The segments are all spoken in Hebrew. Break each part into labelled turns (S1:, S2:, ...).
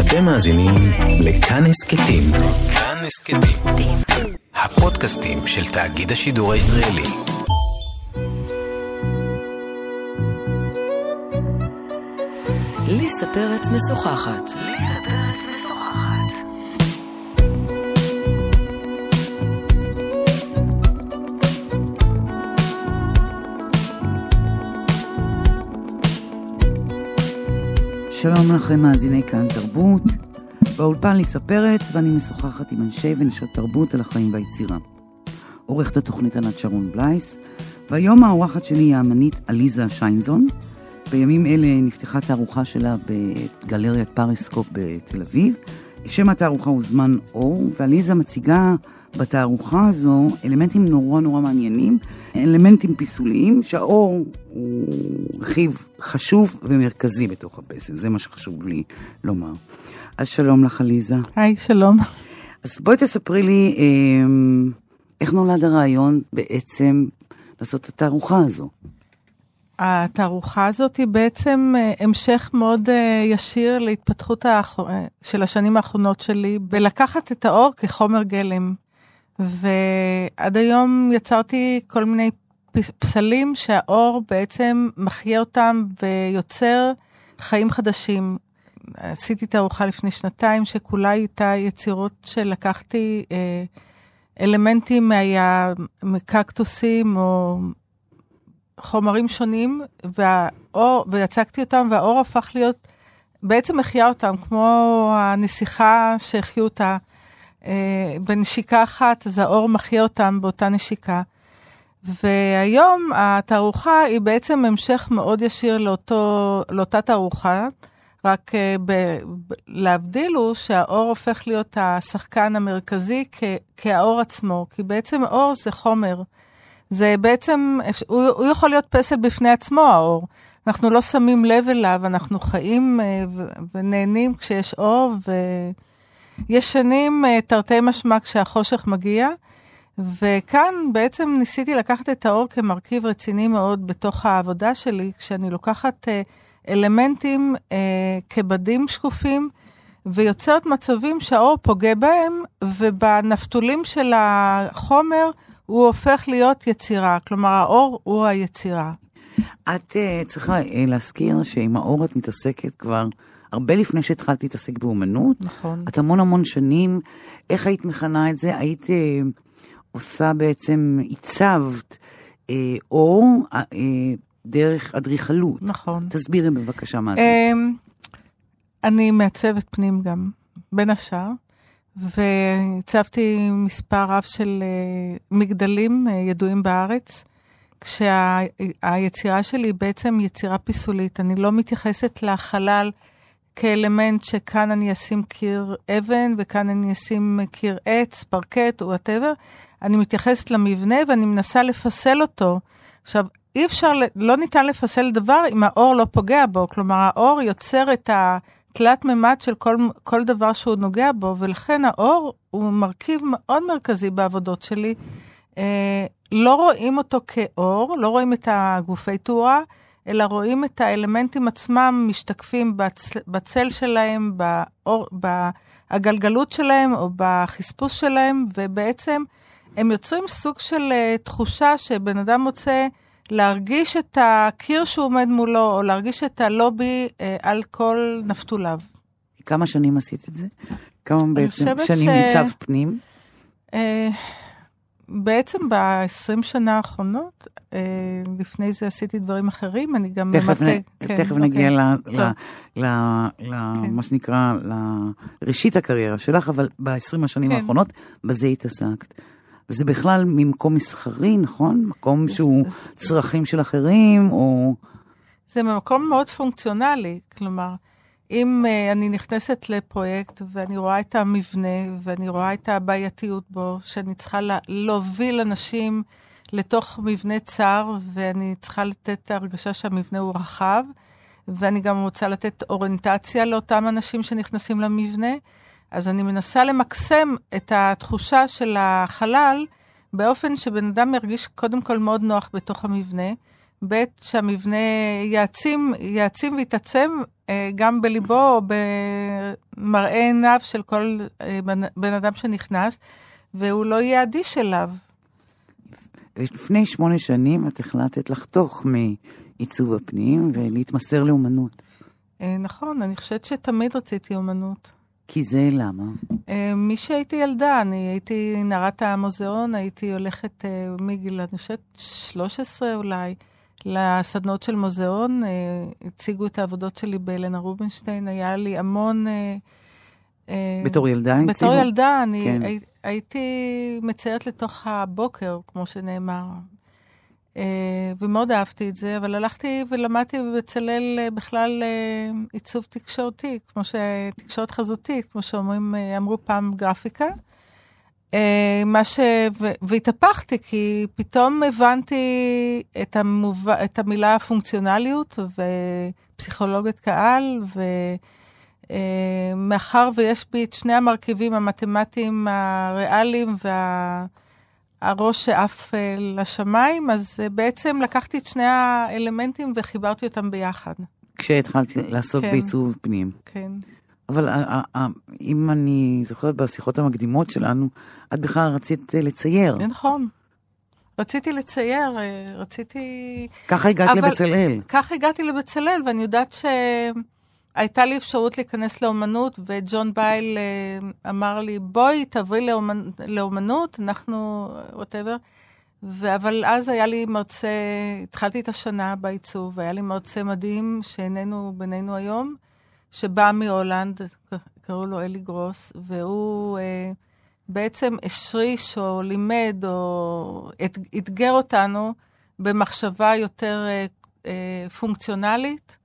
S1: אתם מאזינים לכאן הסכתים. כאן הסכתים. הפודקאסטים של תאגיד השידור הישראלי.
S2: ליסה פרץ משוחחת.
S3: שלום לכם מאזיני כאן תרבות, באולפן ליסה פרץ, ואני משוחחת עם אנשי ונשות תרבות על החיים והיצירה. עורכת התוכנית ענת שרון בלייס, והיום האורחת שלי היא האמנית עליזה שיינזון. בימים אלה נפתחה תערוכה שלה בגלריית פריסקופ בתל אביב. שם התערוכה הוא זמן אור, ועליזה מציגה בתערוכה הזו אלמנטים נורא מעניינים, אלמנטים פיסוליים, שהאור הוא רכיב חשוב ומרכזי בתוך הפסל, זה מה שחשוב לי לומר. אז שלום לך עליזה.
S4: היי, שלום.
S3: אז בואי תספרי לי איך נולד הרעיון בעצם לעשות את התערוכה הזו.
S4: התערוכה הזאת היא בעצם המשך מאוד ישיר להתפתחות של השנים האחרונות שלי, בלקחת את האור כחומר גלם. ועד היום יצרתי כל מיני פסלים שהאור בעצם מחיה אותם ויוצר חיים חדשים. עשיתי תערוכה לפני שנתיים שכולה הייתה יצירות שלקחתי אלמנטים מקקטוסים או חומרים שונים, ויצקתי אותם, והאור הפך להיות, בעצם מחיה אותם, כמו הנסיכה שהחיו אותה בנשיקה אחת, אז האור מחיה אותם באותה נשיקה. והיום התערוכה היא בעצם המשך מאוד ישיר לאותה תערוכה, רק להבדיל הוא שהאור הופך להיות השחקן המרכזי כהאור עצמו, כי בעצם האור זה חומר, זה בעצם, הוא יכול להיות פסל בפני עצמו, האור. אנחנו לא שמים לב אליו, אנחנו חיים ונהנים כשיש אור, וישנים תרתי משמע כשהחושך מגיע, וכאן בעצם ניסיתי לקחת את האור כמרכיב רציני מאוד בתוך העבודה שלי, כשאני לוקחת אלמנטים כבדים שקופים, ויוצרת מצבים שהאור פוגע בהם, ובנפתולים של החומר, הוא הופך להיות יצירה, כלומר האור הוא היצירה.
S3: את צריכה להזכיר שעם האור את מתעסקת כבר הרבה לפני שהתחלתי להתעסק באומנות.
S4: נכון.
S3: את המון שנים, איך היית מכנה את זה? היית עושה בעצם, עיצבת אור דרך אדריכלות.
S4: נכון.
S3: תסבירי בבקשה מה זה.
S4: אני מעצבת פנים גם, בין השאר. והצבתי מספר רב של מגדלים ידועים בארץ, כשהיצירה שלי היא בעצם יצירה פיסולית. אני לא מתייחסת לחלל כאלמנט שכאן אני אשים קיר אבן, וכאן אני אשים קיר עץ, פרקט או whatever. אני מתייחסת למבנה ואני מנסה לפסל אותו. עכשיו, אי אפשר, לא ניתן לפסל דבר אם האור לא פוגע בו. כלומר, האור יוצר את תלת ממד של כל דבר שהוא נוגע בו, ולכן האור הוא מרכיב מאוד מרכזי בעבודות שלי. לא רואים אותו כאור, לא רואים את הגופי תאורה, אלא רואים את האלמנטים עצמם משתקפים בצל שלהם, בהגלגלות שלהם או בחספוס שלהם, ובעצם הם יוצרים סוג של תחושה שבן אדם מוצא להרגיש את הקיר שהוא עומד מולו, או להרגיש את הלובי על כל נפתוליו.
S3: כמה שנים עשית את זה? כמה בעצם שנים ניצב פנים?
S4: בעצם ב-20 שנה האחרונות, לפני זה עשיתי דברים אחרים, אני גם...
S3: תכף נגיע מה שנקרא, לראשית הקריירה שלך, אבל ב-20 השנים האחרונות, בזה התעסקת. וזה בכלל ממקום מסחרי, נכון? מקום שהוא צרכים של אחרים, או...
S4: זה ממקום מאוד פונקציונלי, כלומר, אם אני נכנסת לפרויקט, ואני רואה את המבנה, ואני רואה את הבעייתיות בו, שאני צריכה להוביל אנשים לתוך מבנה צר, ואני צריכה לתת את ההרגשה שהמבנה הוא רחב, ואני גם רוצה לתת אוריינטציה לאותם אנשים שנכנסים למבנה, אז אני מנסה למקסם את התחושה של החלל, באופן שבן אדם ירגיש קודם כל מאוד נוח בתוך המבנה, ב' שהמבנה יעצים ויתעצם גם בליבו או במראה עיניו של כל בן אדם שנכנס, והוא לא יהיה אדיש אליו.
S3: לפני 8 שנים את החלטת לחתוך מעיצוב הפנים ולהתמסר לאומנות.
S4: נכון, אני חושבת שתמיד רציתי אומנות.
S3: כי זה למה?
S4: מי שהייתי ילדה, אני הייתי נערת המוזיאון, הייתי הולכת מגיל, אני חושבת 13 אולי, לסדנות של מוזיאון, הציגו את העבודות שלי באלנה רובינשטיין, היה לי המון...
S3: בתור ילדה הציגו?
S4: בתור ילדה, אני
S3: כן.
S4: הייתי מציירת לתוך הבוקר, כמו שנאמר, ומאוד אהבתי את זה, אבל הלכתי ולמדתי בבצלאל בכלל עיצוב תקשורתי, כמו שתקשורת חזותית, כמו שאומרים, אמרו פעם גרפיקה, והתהפכתי, כי פתאום הבנתי את המילה פונקציונליות, ופסיכולוגית קהל, ומאחר ויש בי את שני המרכיבים המתמטיים הריאליים, והראש שאף לשמיים, אז בעצם לקחתי את שני האלמנטים, וחיברתי אותם ביחד.
S3: כשהתחלת לעסוק בעיצוב פנים.
S4: כן.
S3: אבל אם אני זוכרת בשיחות המקדימות שלנו, את בכלל רצית לצייר.
S4: נכון. רציתי לצייר,
S3: ככה הגעת לבצלאל.
S4: ככה הגעתי לבצלאל, ואני יודעת שהייתה לי אפשרות להיכנס לאומנות, וג'ון בייל אמר לי, בואי, תעברי לאומנות, אנחנו, whatever. אבל אז היה לי מרצה, התחלתי את השנה בעיצוב, והיה לי מרצה מדהים, שאיננו בינינו היום, שבא מהולנד, קראו לו אלי גרוס, והוא בעצם השריש או לימד או אתגר אותנו במחשבה יותר פונקציונלית,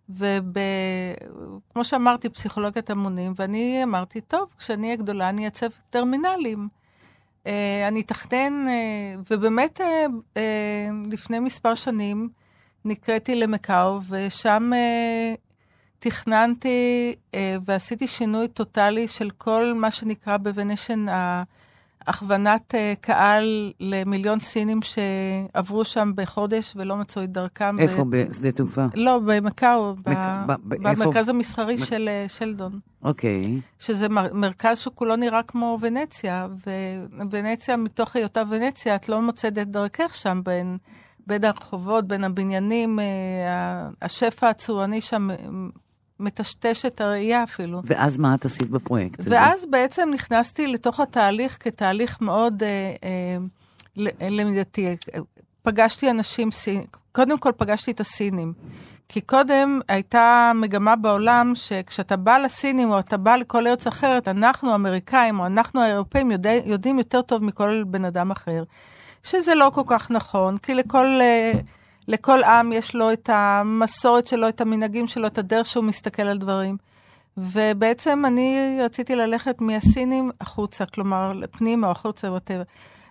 S4: וכמו שאמרתי, פסיכולוגיית המונים, ואני אמרתי, טוב, כשאני אהיה גדולה, אני אעצב טרמינלים. אני אתכנן, ובאמת לפני מספר שנים נקראתי למקאו, ושם תכננתי ועשיתי שינוי טוטלי של כל מה שנקרא בוונשן הכוונת קהל למיליון סינים שעברו שם בחודש ולא מצאו את דרכם.
S3: איפה? בשדה תעופה?
S4: לא, במקאו, במרכז המסחרי של שלדון.
S3: אוקיי.
S4: שזה מרכז שכולו נראה כמו ונציה, וונציה מתוך היותה ונציה, את לא מוצאת את דרכך שם בין הרחובות, בין הבניינים, השפע הצורני שם מטשטש את הראייה אפילו.
S3: ואז מה את עשית בפרויקט הזה?
S4: ואז בעצם נכנסתי לתוך התהליך כתהליך מאוד למידתי. פגשתי אנשים, קודם כל פגשתי את הסינים. כי קודם הייתה מגמה בעולם שכשאתה בא לסינים או אתה בא לכל ארץ אחרת, אנחנו האמריקאים או אנחנו האירופאים יודעים יותר טוב מכל בן אדם אחר. שזה לא כל כך נכון, כי לכל עם יש לו את המסורת שלו, את המנהגים שלו, את הדרך שהוא מסתכל על דברים. ובעצם אני רציתי ללכת מהסינים החוצה, כלומר, לפנים או החוצה, whatever.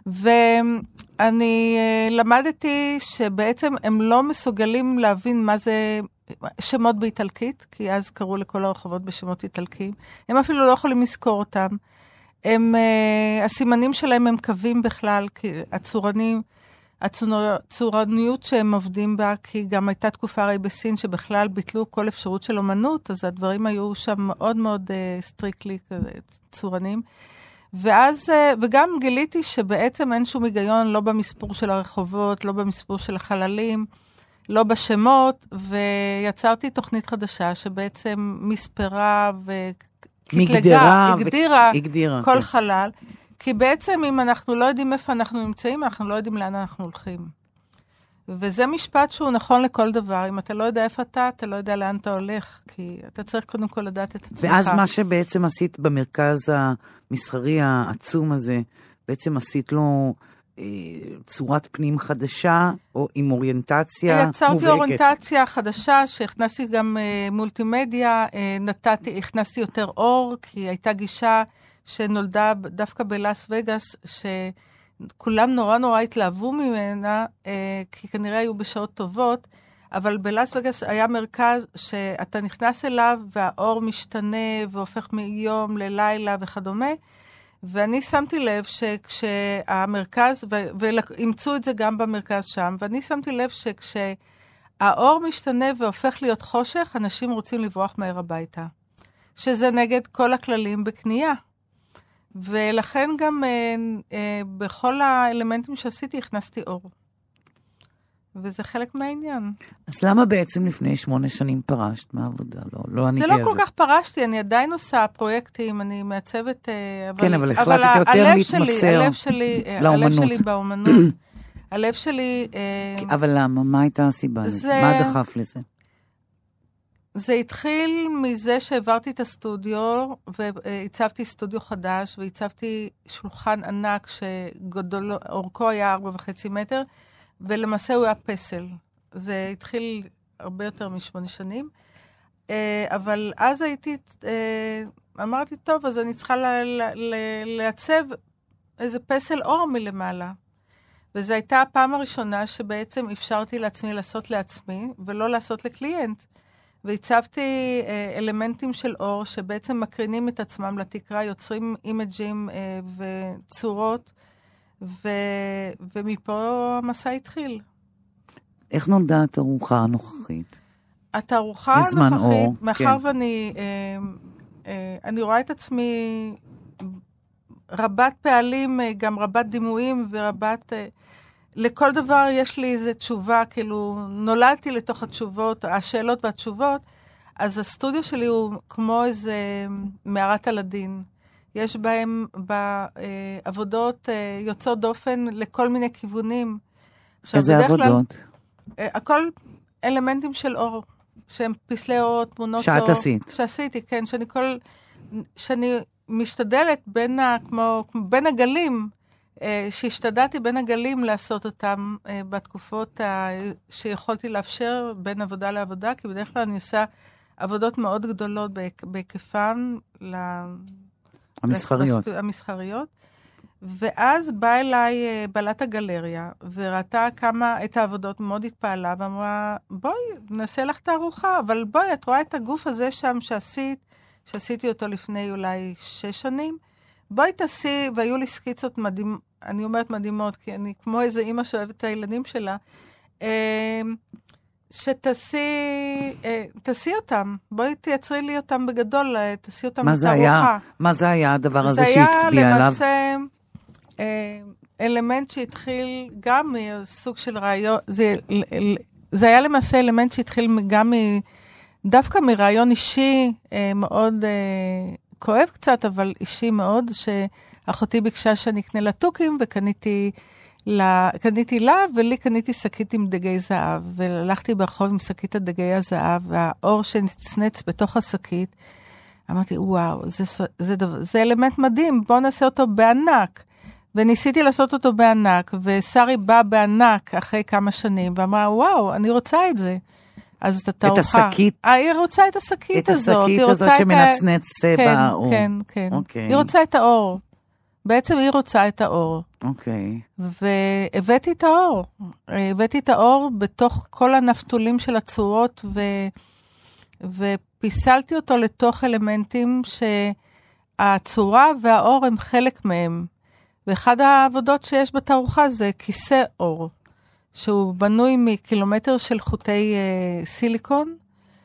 S4: ואני למדתי שבעצם הם לא מסוגלים להבין מה זה שמות באיטלקית, כי אז קראו לכל הרחובות בשמות איטלקיים. הם אפילו לא יכולים לזכור אותם. הסימנים שלהם הם קווים בכלל, כי הצורניות שהם עובדים בה, כי גם הייתה תקופה הרי בסין שבכלל ביטלו כל אפשרות של אומנות, אז הדברים היו שם מאוד מאוד סטריקלי צורנים. ואז, וגם גיליתי שבעצם אין שום היגיון, לא במספור של הרחובות, לא במספור של החללים, לא בשמות, ויצרתי תוכנית חדשה שבעצם מספרה
S3: הגדירה
S4: כל חלל, כי בעצם אם אנחנו לא יודעים איפה אנחנו נמצאים, אנחנו לא יודעים לאן אנחנו הולכים. וזה משפט שהוא נכון לכל דבר. אם אתה לא יודע איפה אתה לא יודע לאן אתה הולך, כי אתה צריך קודם כל לדעת את עצמך.
S3: ואז מה שבעצם עשית במרכז המסחרי העצום הזה, בעצם עשית לו צורת פנים חדשה, או עם אוריינטציה מובהקת.
S4: יצרתי אוריינטציה חדשה, שהכנסתי גם מולטימדיה, הכנסתי יותר אור, כי הייתה גישה שנולדה דווקא בלאס וגאס, שכולם נורא התלהבו ממנה, כי כנראה היו בשעות טובות, אבל בלאס וגאס היה מרכז שאתה נכנס אליו, והאור משתנה והופך מיום ללילה וכדומה, ואני שמתי לב שכשהמרכז, ואימצו את זה גם במרכז שם, ואני שמתי לב שכשהאור משתנה והופך להיות חושך, אנשים רוצים לברוח מהר הביתה. שזה נגד כל הכללים בקנייה. ולכן גם בכל האלמנטים שעשיתי הכנסתי אור. וזה חלק מהעניין.
S3: אז למה בעצם לפני 8 שנים פרשת מהעבודה? לא עניתי
S4: זה
S3: על
S4: לא כל כך פרשתי, אני עדיין עושה פרויקטים, אני מעצבת,
S3: כן, אבל החלטת יותר להתמסר
S4: הלב שלי באומנות, הלב שלי...
S3: אבל למה? מה הייתה הסיבה לזה? מה דחף לזה?
S4: זה התחיל מזה שהעברתי את הסטודיו, והצבתי סטודיו חדש, והצבתי שולחן ענק שאורכו היה 4.5 מטר, ולמעשה הוא היה פסל. זה התחיל הרבה יותר מ8 שנים. אבל אז אמרתי, טוב, אז אני צריכה לעצב איזה פסל אור מלמעלה. וזו הייתה הפעם הראשונה שבעצם אפשרתי לעצמי לעשות לעצמי, ולא לעשות לקליינט. והצבתי אלמנטים של אור שבעצם מקרינים את עצמם לתקרה, יוצרים אימג'ים וצורות, ומפה המסע התחיל.
S3: איך נולדה התערוכה הנוכחית?
S4: התערוכה הנוכחית, מאחר ואני אני רואה את עצמי רבת פעלים, גם רבת דימויים ורבת... לכל דבר יש לי איזו תשובה, כאילו נולדתי לתוך התשובות, השאלות והתשובות, אז הסטודיו שלי הוא כמו איזה מערת אלאדין. יש בהם בעבודות יוצאות דופן לכל מיני כיוונים.
S3: איזה עבודות?
S4: הכל אלמנטים של אור, שהם פסלי אור, תמונות אור.
S3: שאת עשית.
S4: שעשיתי, כן, שאני משתדלת בין הגלים, שהשתדלתי בין הגלים לעשות אותם בתקופות שיכולתי לאפשר בין עבודה לעבודה, כי בדרך כלל אני עושה עבודות מאוד גדולות בהיקפן המסחריות. ואז באה אליי בעלת הגלריה, וראתה את העבודות, מאוד התפעלה, ואמרה, בואי, נעשה לך תערוכה, אבל בואי, את רואה את הגוף הזה שם שעשיתי אותו לפני אולי 6 שנים, בואי תעשי, והיו לי סקיצות אני אומרת מדהימות, כי אני כמו איזה אמא שאוהבת את הילדים שלה, תעשי אותם, בואי תייצרי לי אותם בגדול, תעשי אותם בתערוכה.
S3: מה זה היה הדבר הזה שהצביע עליו?
S4: זה היה למעשה אלמנט שהתחיל גם מסוג של רעיון, זה היה למעשה אלמנט שהתחיל גם דווקא מרעיון אישי מאוד כואב קצת, אבל אישי מאוד, שאחותי ביקשה שאני אקנה לה טוקים, וקניתי לה, ולי קניתי שקית עם דגי זהב, והלכתי ברחוב עם שקית הדגי הזהב, והאור שנצנץ בתוך השקית, אמרתי, וואו, זה אלמנט מדהים, בואו נעשה אותו בענק. וניסיתי לעשות אותו בענק, ושרי בא בענק אחרי כמה שנים, ואמרה, וואו, אני רוצה את זה. אז את התערוכה.
S3: את השקית?
S4: היא רוצה את השקית הזאת.
S3: את השקית הזאת שמנצנץ באור.
S4: כן, כן. היא רוצה את האור. בעצם היא רוצה את האור.
S3: אוקיי.
S4: והבאתי את האור. הבאתי את האור בתוך כל הנפתולים של הצורות, ופיסלתי אותו לתוך אלמנטים שהצורה והאור הם חלק מהם. ואחד העבודות שיש בתערוכה זה כיסא אור. שהוא בנוי מקילומטר של חוטי סיליקון.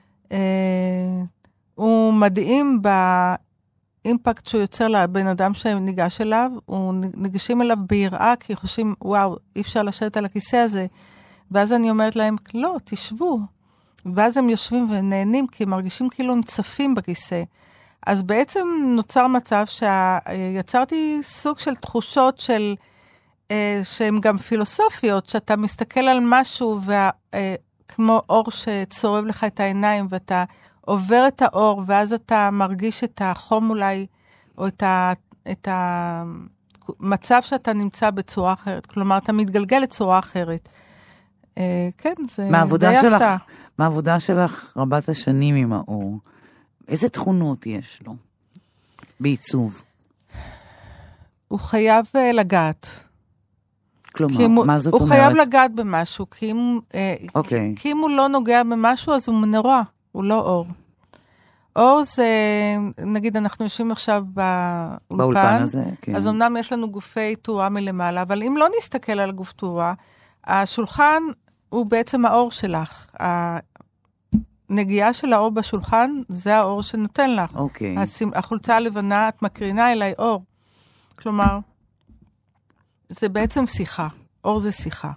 S4: הוא מדהים באימפקט שהוא יוצר לבן אדם שניגש אליו. הוא ניגשים אליו ביראה, כי חושבים, וואו, אי אפשר לשבת על הכיסא הזה. ואז אני אומרת להם, לא, תשבו. ואז הם יושבים ונהנים, כי הם מרגישים כאילו הם צפים בכיסא. אז בעצם נוצר מצב שיצרתי סוג של תחושות של... שהן גם פילוסופיות, שאתה מסתכל על משהו, כמו אור שצורב לך את העיניים, ואתה עובר את האור, ואז אתה מרגיש את החום אולי, או את המצב שאתה נמצא בצורה אחרת. כלומר, אתה מתגלגל לצורה אחרת. כן, זה די הפתעה.
S3: מהעבודה שלך רבת השנים עם האור, איזה תכונות יש לו בעיצוב?
S4: הוא חייב לגעת.
S3: כלומר, מה זאת אומרת?
S4: הוא חייב לגעת במשהו, כי אם הוא לא נוגע במשהו, אז הוא מנורה, הוא לא אור. אור זה, נגיד אנחנו יושבים עכשיו באולפן
S3: הזה, כן.
S4: אז אמנם יש לנו גופי תאורה מלמעלה, אבל אם לא נסתכל על גוף תאורה, השולחן הוא בעצם האור שלך. הנגיעה של האור בשולחן, זה האור שנותן לך.
S3: אוקיי.
S4: החולצה הלבנה, את מקרינה אליי אור. כלומר, זה בעצם שיחה. אור זה שיחה.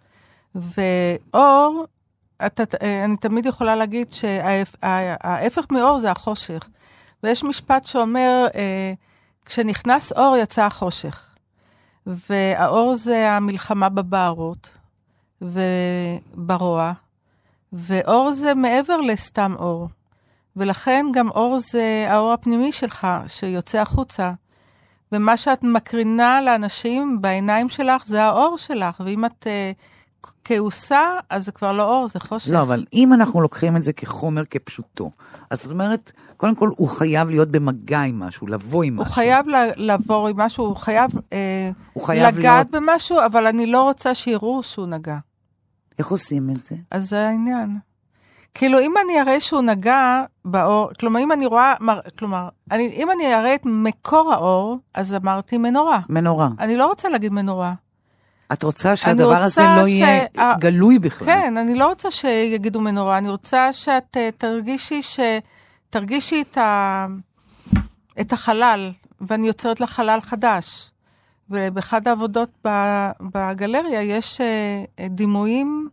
S4: ואור, אני תמיד יכולה להגיד שההפך מאור זה החושך. ויש משפט שאומר, כשנכנס אור יצא החושך. והאור זה המלחמה בבערות וברוע. ואור זה מעבר לסתם אור. ולכן גם אור זה האור הפנימי שלך שיוצא החוצה. ומה שאת מקרינה לאנשים בעיניים שלך זה האור שלך. ואם את כעוסה, אז זה כבר לא אור, זה חושך.
S3: לא, אבל אם אנחנו לוקחים את זה כחומר כפשוטו, אז זאת אומרת, קודם כל הוא חייב להיות במגע עם משהו, לבוא עם משהו.
S4: הוא חייב לבוא עם משהו, הוא חייב לגעת במשהו, אבל אני לא רוצה שיראו שהוא נגע.
S3: איך עושים את זה?
S4: אז זה העניין. כאילו, אם אני אראה שהוא נגע באור, כלומר, אם אני רואה, אם אני אראה את מקור האור, אז אמרתי מנורה.
S3: מנורה.
S4: אני לא רוצה להגיד מנורה. את
S3: רוצה שהדבר הזה לא יהיה גלוי בכלל.
S4: כן, אני לא רוצה שיגידו מנורה, אני רוצה שאת תרגישי את החלל, ואני יוצרת לך חלל חדש. ובאחד העבודות בגלריה יש דימויים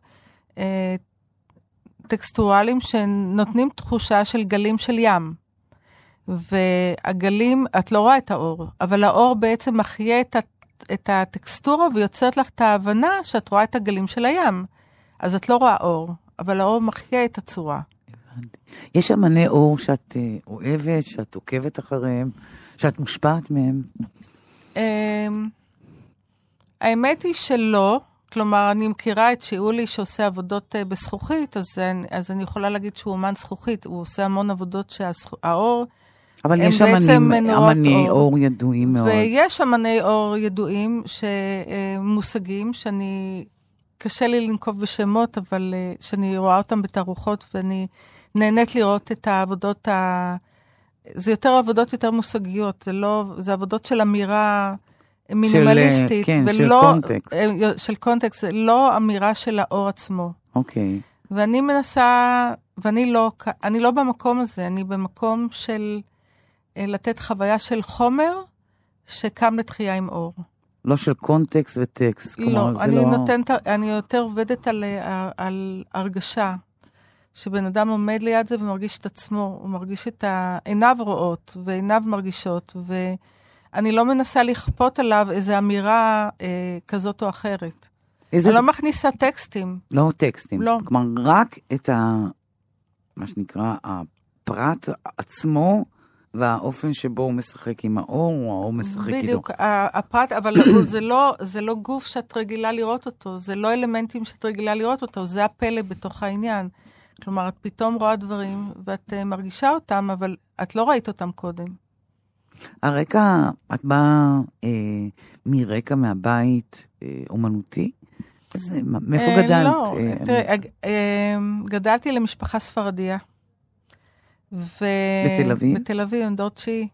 S4: טקסטואליים שנותנים תחושה של גלים של ים. והגלים, את לא רואה את האור, אבל האור בעצם מחיה את הטקסטורה ויוצרת לך את ההבנה שאת רואה את הגלים של הים. אז את לא רואה אור, אבל האור מחיה את הצורה.
S3: הבנתי. יש אמני אור שאת אוהבת, שאת עוקבת אחריהם, שאת מושפעת מהם?
S4: האמת היא שלא. כלומר, אני מכירה את שאולי שעושה עבודות בזכוכית, אז אני יכולה להגיד שהוא אומן זכוכית. הוא עושה המון עבודות שהאור
S3: אבל יש אמני אור ידועים מאוד.
S4: ויש אמני אור ידועים שמושגים, קשה לי לנקוב בשמות, אבל שאני רואה אותם בתערוכות, ואני נהנית לראות את העבודות, זה יותר עבודות יותר מושגיות, זה עבודות של אמירה מינימליסטית,
S3: של קונטקסט.
S4: של קונטקסט, זה לא אמירה של האור עצמו.
S3: אוקיי.
S4: ואני מנסה, אני לא במקום הזה, אני במקום של לתת חוויה של חומר שקם לתחייה עם אור.
S3: לא של קונטקסט וטקסט.
S4: לא, אני יותר עובדת על הרגשה, שבן אדם עומד ליד זה ומרגיש את עצמו, הוא מרגיש את עיניו רואות ועיניו מרגישות, ואני לא מנסה לכפות עליו איזו אמירה כזאת או אחרת. אני לא מכניסה טקסטים.
S3: לא טקסטים.
S4: לא.
S3: כלומר, רק את מה שנקרא, הפרט עצמו, והאופן שבו הוא משחק עם האור, או האור משחק איתו.
S4: בדיוק, הפרט, אבל זה לא גוף שאת רגילה לראות אותו, זה לא אלמנטים שאת רגילה לראות אותו, זה הפלא בתוך העניין. כלומר, את פתאום רואה דברים, ואת מרגישה אותם, אבל את לא ראית אותם קודם.
S3: הרקע, את באה מרקע מהבית אומנותי? מאיפה גדלת?
S4: לא, תראה, גדלתי למשפחה ספרדיה.
S3: בתל אביב?
S4: בתל אביב, עם דוד שיעי.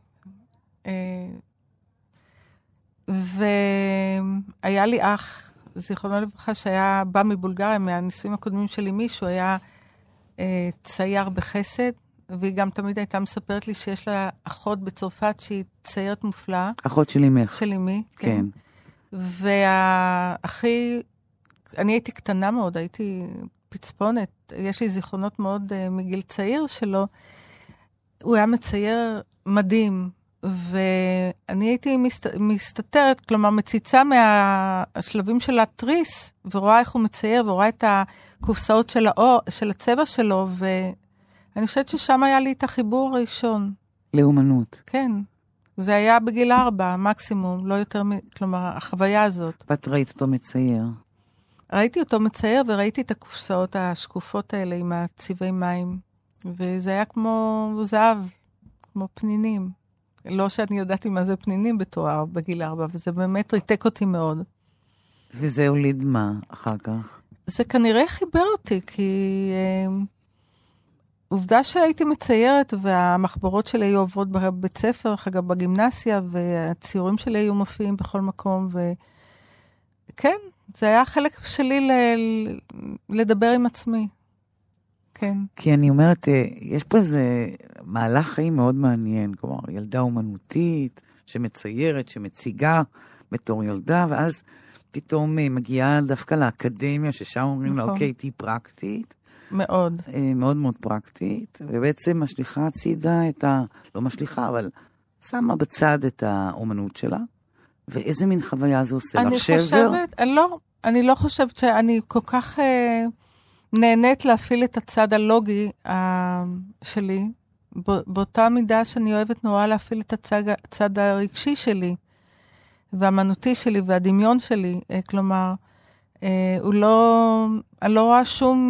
S4: והיה לי אח, זיכרונו לברכה, שהיה בא מבולגריה, מהנישואים הקודמים שלי מישהו, היה צייר בחסד, והיא גם תמיד הייתה מספרת לי שיש לה אחות בצרפת שהיא ציירת מופלאה.
S3: אחות של אמך.
S4: של אמי,
S3: כן.
S4: והאחי, אני הייתי קטנה מאוד, הייתי פצפונת, יש לי זיכרונות מאוד מגיל צעיר שלו, הוא היה מצייר מדהים, ואני הייתי מסתתרת, כלומר מציצה מהשלבים של התריס, ורואה איך הוא מצייר, ורואה את הקופסאות של הצבע שלו, ואני חושבת ששם היה לי את החיבור הראשון.
S3: לאומנות.
S4: כן. זה היה בגיל 4, מקסימום, לא יותר, כלומר, החוויה הזאת.
S3: ואת ראית אותו מצייר?
S4: ראיתי אותו מצייר, וראיתי את הקופסאות השקופות האלה עם הצבעי מים. וזה היה כמו זהב, כמו פנינים. לא שאני ידעתי מה זה פנינים בתואר בגיל 4, וזה באמת ריתק אותי מאוד.
S3: וזה הוליד מה אחר כך?
S4: זה כנראה חיבר אותי, כי עובדה שהייתי מציירת, והמחברות שלי היו עוברות בבית ספר, אגב בגימנסיה, והציורים שלי היו מופיעים בכל מקום, וכן, זה היה חלק שלי לדבר עם עצמי. כן.
S3: כי אני אומרת, יש פה איזה מהלך חיים מאוד מעניין, כלומר, ילדה אומנותית, שמציירת, שמציגה בתור ילדה, ואז פתאום מגיעה דווקא לאקדמיה, ששם אומרים לה, אוקיי, תהי פרקטית.
S4: מאוד.
S3: מאוד מאוד פרקטית, ובעצם משליחה הצידה לא משליחה, אבל שמה בצד את האומנות שלה, ואיזה מין חוויה זה עושה לך שבר?
S4: אני לא חושבת שאני כל כך נהנית להפעיל את הצד הלוגי שלי, באותה מידה שאני אוהבת נורא להפעיל את הצד הרגשי שלי, והאמנותי שלי והדמיון שלי, כלומר, אני לא רואה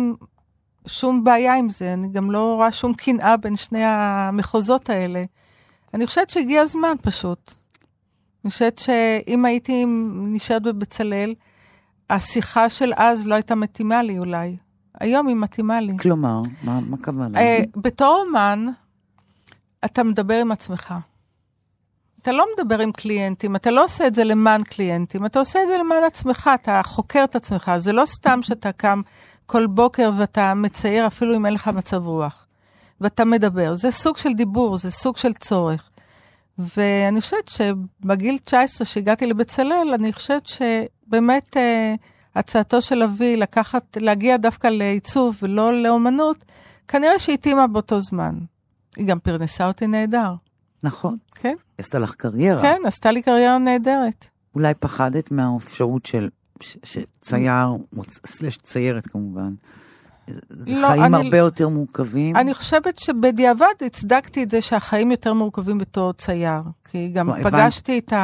S4: שום בעיה עם זה, אני גם לא רואה שום קנאה בין שני המחוזות האלה. אני חושבת שהגיע הזמן פשוט. אני חושבת שאם הייתי נשארת בבצלאל, השיחה של אז לא הייתה מתאימה לי אולי. היום היא מתאימה לי.
S3: כלומר, מה כוונה?
S4: בתור אומן, אתה מדבר עם עצמך. אתה לא מדבר עם קליינטים, אתה לא עושה את זה למען קליינטים, אתה עושה את זה למען עצמך, אתה חוקר את עצמך. זה לא סתם שאתה קם כל בוקר ואתה מצייר אפילו אם אין לך מצב רוח. ואתה מדבר. זה סוג של דיבור, זה סוג של צורך. ואני חושבת שבגיל 19 שהגעתי לבצלאל, אני חושבת שבאמת הצעתו של אבי להגיע דווקא לעיצוב ולא לאומנות, כנראה שהתאימה באותו זמן. היא גם פרנסה אותי נהדר.
S3: נכון.
S4: כן.
S3: עשתה לך קריירה.
S4: כן, עשתה לי קריירה נהדרת.
S3: אולי פחדת מהאפשרות של צייר, ציירת כמובן. זה חיים הרבה יותר מורכבים.
S4: אני חושבת שבדיעבד הצדקתי את זה שהחיים יותר מורכבים בתור צייר. כי גם פגשתי את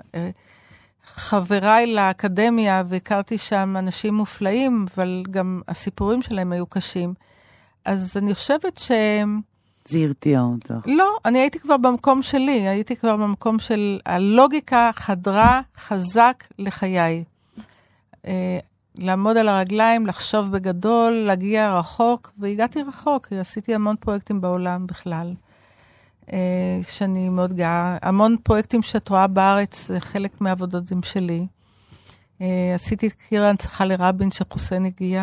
S4: חבריי לאקדמיה, והכרתי שם אנשים מופלאים, אבל גם הסיפורים שלהם היו קשים. אז אני חושבת
S3: זה הרתיע אותך.
S4: לא, אני הייתי כבר במקום שלי, הייתי כבר במקום של הלוגיקה חדרה חזק לחיי. לעמוד על הרגליים, לחשוב בגדול, להגיע רחוק, והגעתי רחוק, עשיתי המון פרויקטים בעולם בכלל, שאני מאוד גאה. המון פרויקטים שאת רואה בארץ, זה חלק מהעבודות שלי. עשיתי את קיר ההנצחה לרבין שחוסיין הגיע.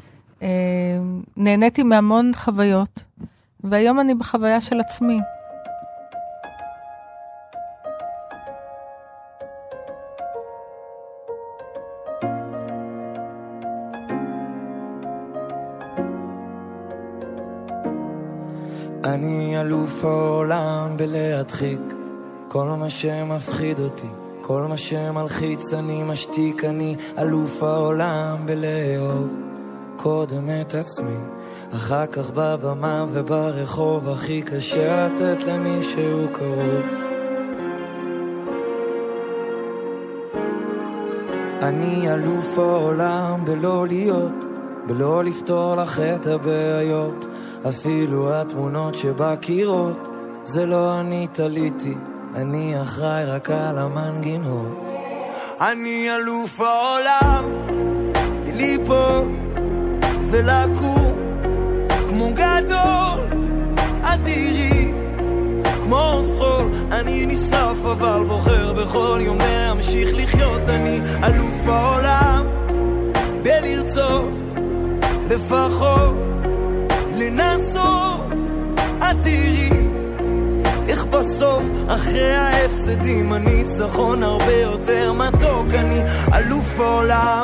S4: נהניתי מהמון חוויות, והיום אני בחוויה של עצמי.
S5: אני אלוף העולם בלהדחיק כל מה שמפחיד אותי, כל מה שמלחיץ אני משתיק. אני אלוף העולם בלאהוב קודם את עצמי, אחר כך בבמה וברחוב הכי קשה לתת למישהו קרוב. אני אלוף העולם בלא להיות, בלא לפתור לך את הבעיות, אפילו התמונות שבקירות זה לא אני תליתי, אני אחראי רק על המנגינות. אני אלוף העולם ליפול ולקום כמו גדול אדירי, כמו חול אני ניסף אבל בוחר בכל יום להמשיך לחיות. אני אלוף העולם בלרצות לפחות לנסות, תראי איך בסוף אחרי ההפסדים הניצחון הרבה יותר מתוק. אני אלוף העולם.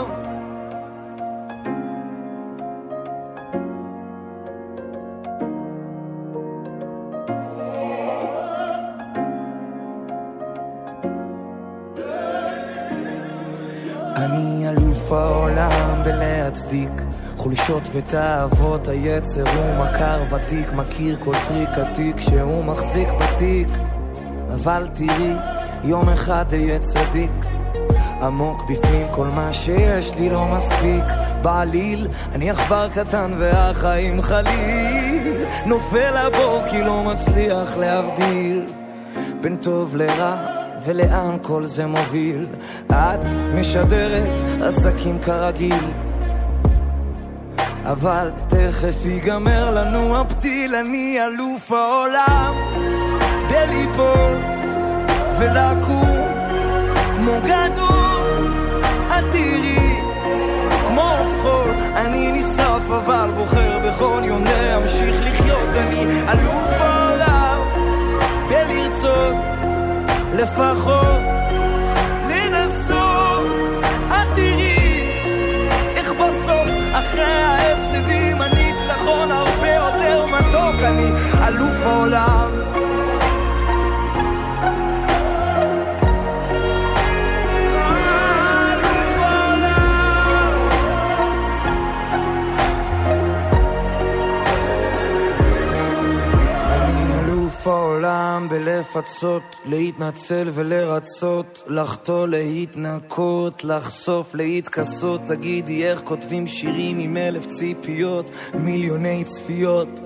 S5: אני אלוף העולם בלהצדיק חולשות ותאוות היצר, הוא מכר ותיק, מכיר כל טריק עתיק שהוא מחזיק בתיק. אבל תראי, יום אחד יהיה צדיק, עמוק בפנים כל מה שיש לי לא מספיק. בעליל, אני עכבר קטן והחיים חליל, נופל הבור כי לא מצליח להבדיל בין טוב לרע ולאן כל זה מוביל. את משדרת עסקים כרגיל, אבל תכף ייגמר לנו הפתיל. אני אלוף העולם בליפול ולקום כמו גדול, את תראי כמו חול. אני נשרף אבל בוחר בכל יום להמשיך לחיות. אני אלוף העולם בלרצות לפחות לנסות. את תראי איך בסוף אחרי ההפסדים הניצחון הרבה יותר מתוק. אני אלוף העולם. העולם בלפצות, להתנצל ולרצות, לחתול להתנקות, לחשוף להתכסות. תגידי איך כותבים שירים עם 1000 ציפיות, מיליוני צפיות.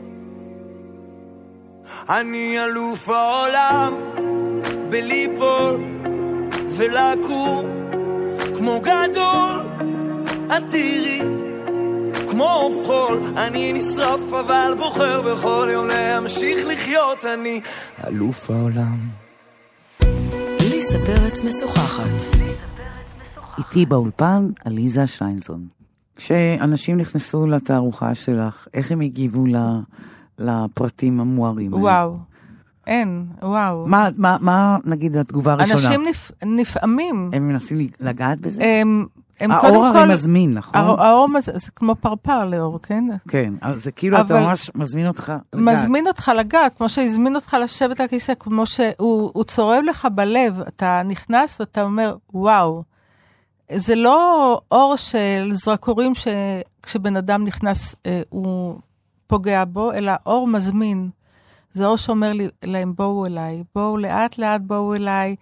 S5: אני אלוף העולם בליפול ולקום כמו גדול, את תראי כמו חול. אני נשרף אבל בוחר בכל יום להמשיך לחיות. אני אלוף העולם.
S2: ליסה פרץ משוחחת.
S3: איתי באולפן עליזה שיינזון. כשאנשים נכנסו לתערוכה שלך, איך הם הגיבו לפרטים המוארים?
S4: וואו, אין, וואו.
S3: מה נגיד התגובה הראשונה?
S4: אנשים נפעמים.
S3: הם מנסים לגעת בזה?
S4: האור
S3: הרי מזמין, נכון?
S4: האור זה כמו פרפר לאור, כן?
S3: כן, זה כאילו אתה ממש מזמין אותך לגעת.
S4: מזמין אותך לגעת, כמו שהזמין אותך לשבת לכיסא, כמו שהוא צורב לך בלב, אתה נכנס ואתה אומר, וואו, זה לא אור של זרקורים שכשבן אדם נכנס הוא פוגע בו, אלא אור מזמין. זה אור שאומר להם, בואו אליי, בואו לאט לאט, בואו אליי.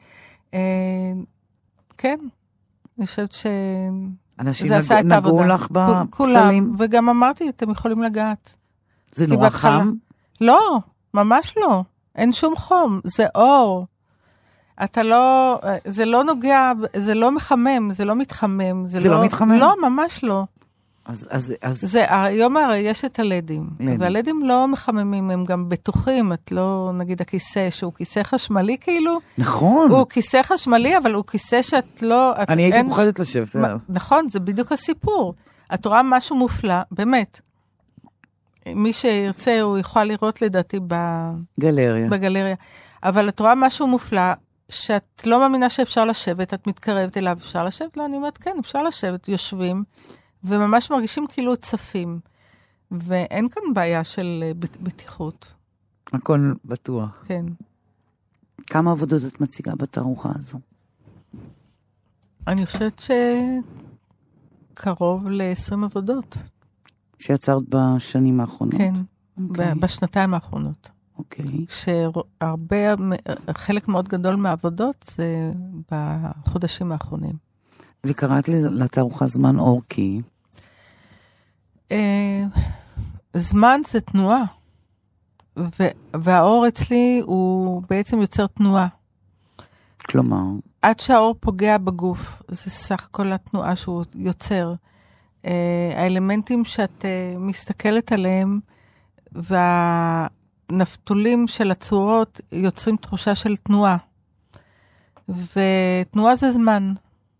S4: כן. אני חושבת
S3: אנשים נגעו לך בפסלים?
S4: וגם אמרתי, אתם יכולים לגעת.
S3: זה נורא חם?
S4: לא, ממש לא. אין שום חום, זה אור. אתה לא, זה לא נוגע, זה לא מחמם, זה לא מתחמם.
S3: זה לא מתחמם?
S4: לא, ממש לא.
S3: אז
S4: היום הרי יש את הלדים, והלדים לא מחממים, הם גם בטוחים, את לא, נגיד הכיסא, שהוא כיסא חשמלי כאילו.
S3: נכון.
S4: הוא כיסא חשמלי, אבל הוא כיסא שאת לא...
S3: אני הייתי פוחדת לשבת עליו.
S4: נכון, זה בדיוק הסיפור. את רואה משהו מופלא, באמת. מי שירצה, הוא יכול לראות לדעתי בגלריה. אבל את רואה משהו מופלא, שאת לא מאמינה שאפשר לשבת, את מתקרבת אליו, אפשר לשבת? לא, אני אומרת, כן, אפשר לשבת, יושבים, וממש מרגישים כאילו צפים. ואין כאן בעיה של בטיחות.
S3: הכל בטוח.
S4: כן.
S3: כמה עבודות את מציגה בתערוכה הזו?
S4: אני חושבת שקרוב ל-20 עבודות.
S3: שיצרת בשנים האחרונות?
S4: כן, בשנתיים האחרונות.
S3: אוקיי.
S4: חלק מאוד גדול מהעבודות זה בחודשים האחרונים.
S3: וקראת לתערוכה זמן אורקי?
S4: זמן זה תנועה. והאור אצלי הוא בעצם יוצר תנועה.
S3: כלומר?
S4: עד שהאור פוגע בגוף, זה סך כל התנועה שהוא יוצר. האלמנטים שאת מסתכלת עליהם, והנפתולים של הצורות יוצרים תחושה של תנועה. ותנועה זה זמן.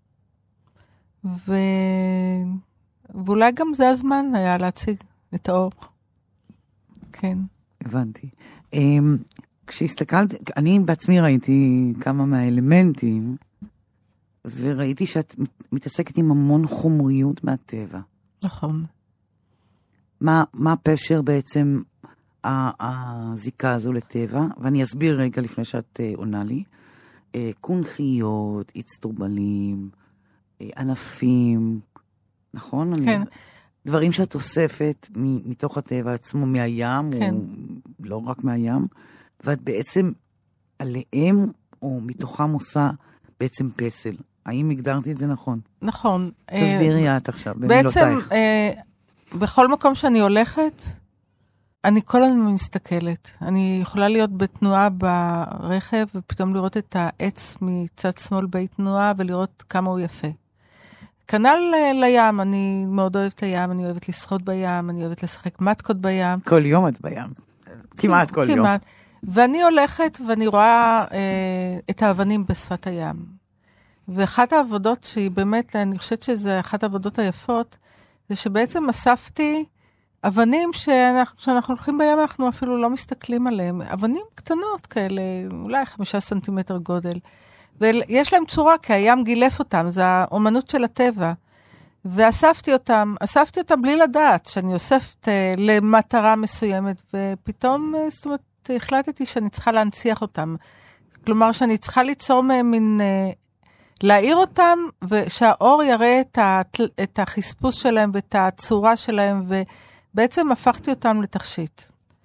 S4: ואולי גם זה הזמן היה להציג את האור. כן.
S3: הבנתי. כשהסתכלתי, אני בעצמי ראיתי כמה מהאלמנטים, וראיתי שאת מתעסקת עם המון חומריות מהטבע.
S4: נכון.
S3: מה הפשר בעצם הזיקה הזו לטבע? ואני אסביר רגע לפני שאת עונה לי. קונכיות, אצטרובלים, ענפים, נכון?
S4: כן.
S3: דברים שאת אוספת מתוך הטבע עצמו, מהים,
S4: כן.
S3: או לא רק מהים, ואת בעצם עליהם, או מתוכם עושה בעצם פסל. האם הגדרתי את זה נכון?
S4: נכון.
S3: תסבירי את עכשיו, במילותייך.
S4: בעצם, בכל מקום שאני הולכת, אני כל הזמן מסתכלת. אני יכולה להיות בתנועה ברכב, ופתאום לראות את העץ מצד שמאל בי תנועה, ולראות כמה הוא יפה. כנ"ל לים, אני מאוד אוהבת לים, אני אוהבת לשחות בים, אני אוהבת לשחק מתקות בים.
S3: כל יום את בים. כמעט כל יום.
S4: ואני הולכת ואני רואה את האבנים בשפת הים. ואחת העבודות שהיא באמת, אני חושבת שזה אחת העבודות היפות, זה שבעצם אספתי אבנים שאנחנו הולכים בים, אנחנו אפילו לא מסתכלים עליהם. אבנים קטנות כאלה, אולי 5 סנטימטר גודל. ויש להם צורה, כי הים גילף אותם, זה האומנות של הטבע. ואספתי אותם בלי לדעת, שאני אוספת למטרה מסוימת, ופתאום, זאת אומרת, החלטתי שאני צריכה להנציח אותם. כלומר, שאני צריכה ליצור מין, להעיר אותם, ושהאור יראה את החספוס שלהם, ואת הצורה שלהם, ובעצם הפכתי אותם לתכשיט.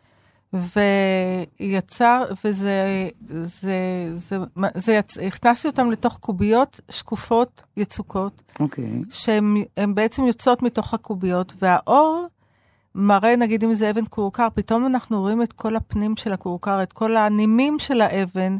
S4: הכנסתי אותם לתוך קוביות שקופות, יצוקות, שהן בעצם יוצאות מתוך הקוביות, והאור מראה, נגיד אם זה אבן קורקר, פתאום אנחנו רואים את כל הפנים של הקורקר, את כל הנימים של האבן,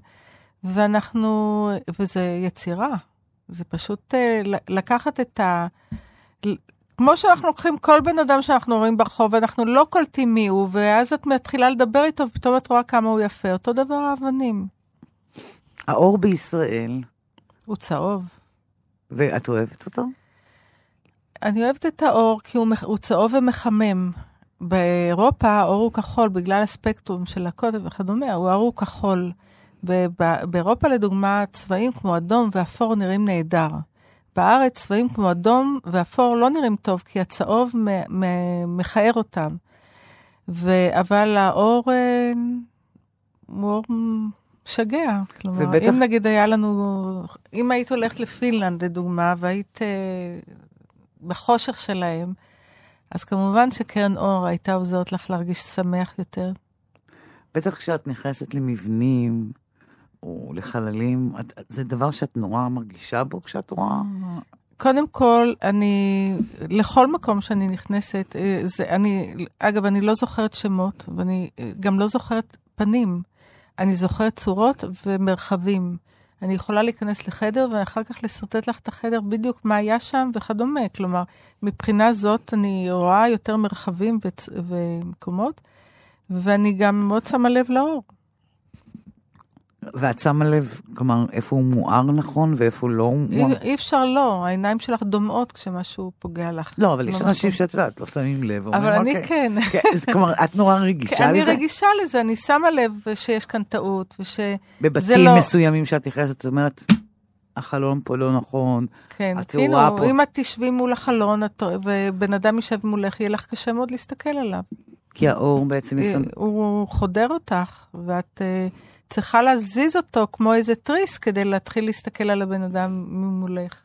S4: וזה יצירה. זה פשוט לקחת כמו שאנחנו לוקחים כל בן אדם שאנחנו רואים ברחוב, ואנחנו לא קולטים מי הוא, ואז את מתחילה לדבר איתו, ופתאום את רואה כמה הוא יפה. אותו דבר האבנים.
S3: האור בישראל.
S4: הוא צהוב.
S3: ואת אוהבת אותו?
S4: אני אוהבת את האור, כי הוא צהוב ומחמם. באירופה האור הוא כחול, בגלל הספקטרום של הקוטב וכדומה, האור הוא כחול. ובאירופה לדוגמה, צבעים כמו אדום ואפור נראים נהדר. בארץ צבעים כמו אדום ואפור לא נראים טוב, כי הצהוב מחאר אותם. אבל האור הוא אור שגע. כלומר, אם נגיד היה לנו, אם היית הולכת לפינלנד לדוגמה, והיית בחושך שלהם, אז כמובן שקרן אור הייתה עוזרת לך להרגיש שמח יותר.
S3: בטח כשאת נכנסת למבנים, או לחללים, זה דבר שאת נורא מרגישה בו כשאת רואה?
S4: קודם כל, לכל מקום שאני נכנסת, אגב, אני לא זוכרת שמות, ואני גם לא זוכרת פנים. אני זוכרת צורות ומרחבים. אני יכולה להיכנס לחדר, ואחר כך לסרטט לך את החדר בדיוק מה היה שם וכדומה. כלומר, מבחינה זאת אני רואה יותר מרחבים ומקומות, ואני גם מאוד שמה לב לאור.
S3: ואת שמה לב, כלומר, איפה הוא מואר נכון, ואיפה לא מואר?
S4: אי אפשר לא, העיניים שלך דומעות כשמשהו פוגע לך.
S3: לא, אבל יש אנשים שאת יודעת, לא שמים לב.
S4: אבל אני כן.
S3: כלומר, את נורא רגישה לזה?
S4: אני רגישה לזה, אני שמה לב שיש כאן טעות,
S3: בבתים מסוימים שאת נכנסת, זאת אומרת, החלון פה לא נכון, התאורה פה.
S4: אם את תשבי מול החלון, ובן אדם יישב מולך, יהיה לך קשה מאוד להסתכל עליו.
S3: כי האור בעצם
S4: הוא חודר אותך, ואת צריכה להזיז אותו כמו איזה טריס, כדי להתחיל להסתכל על הבן אדם ממולך.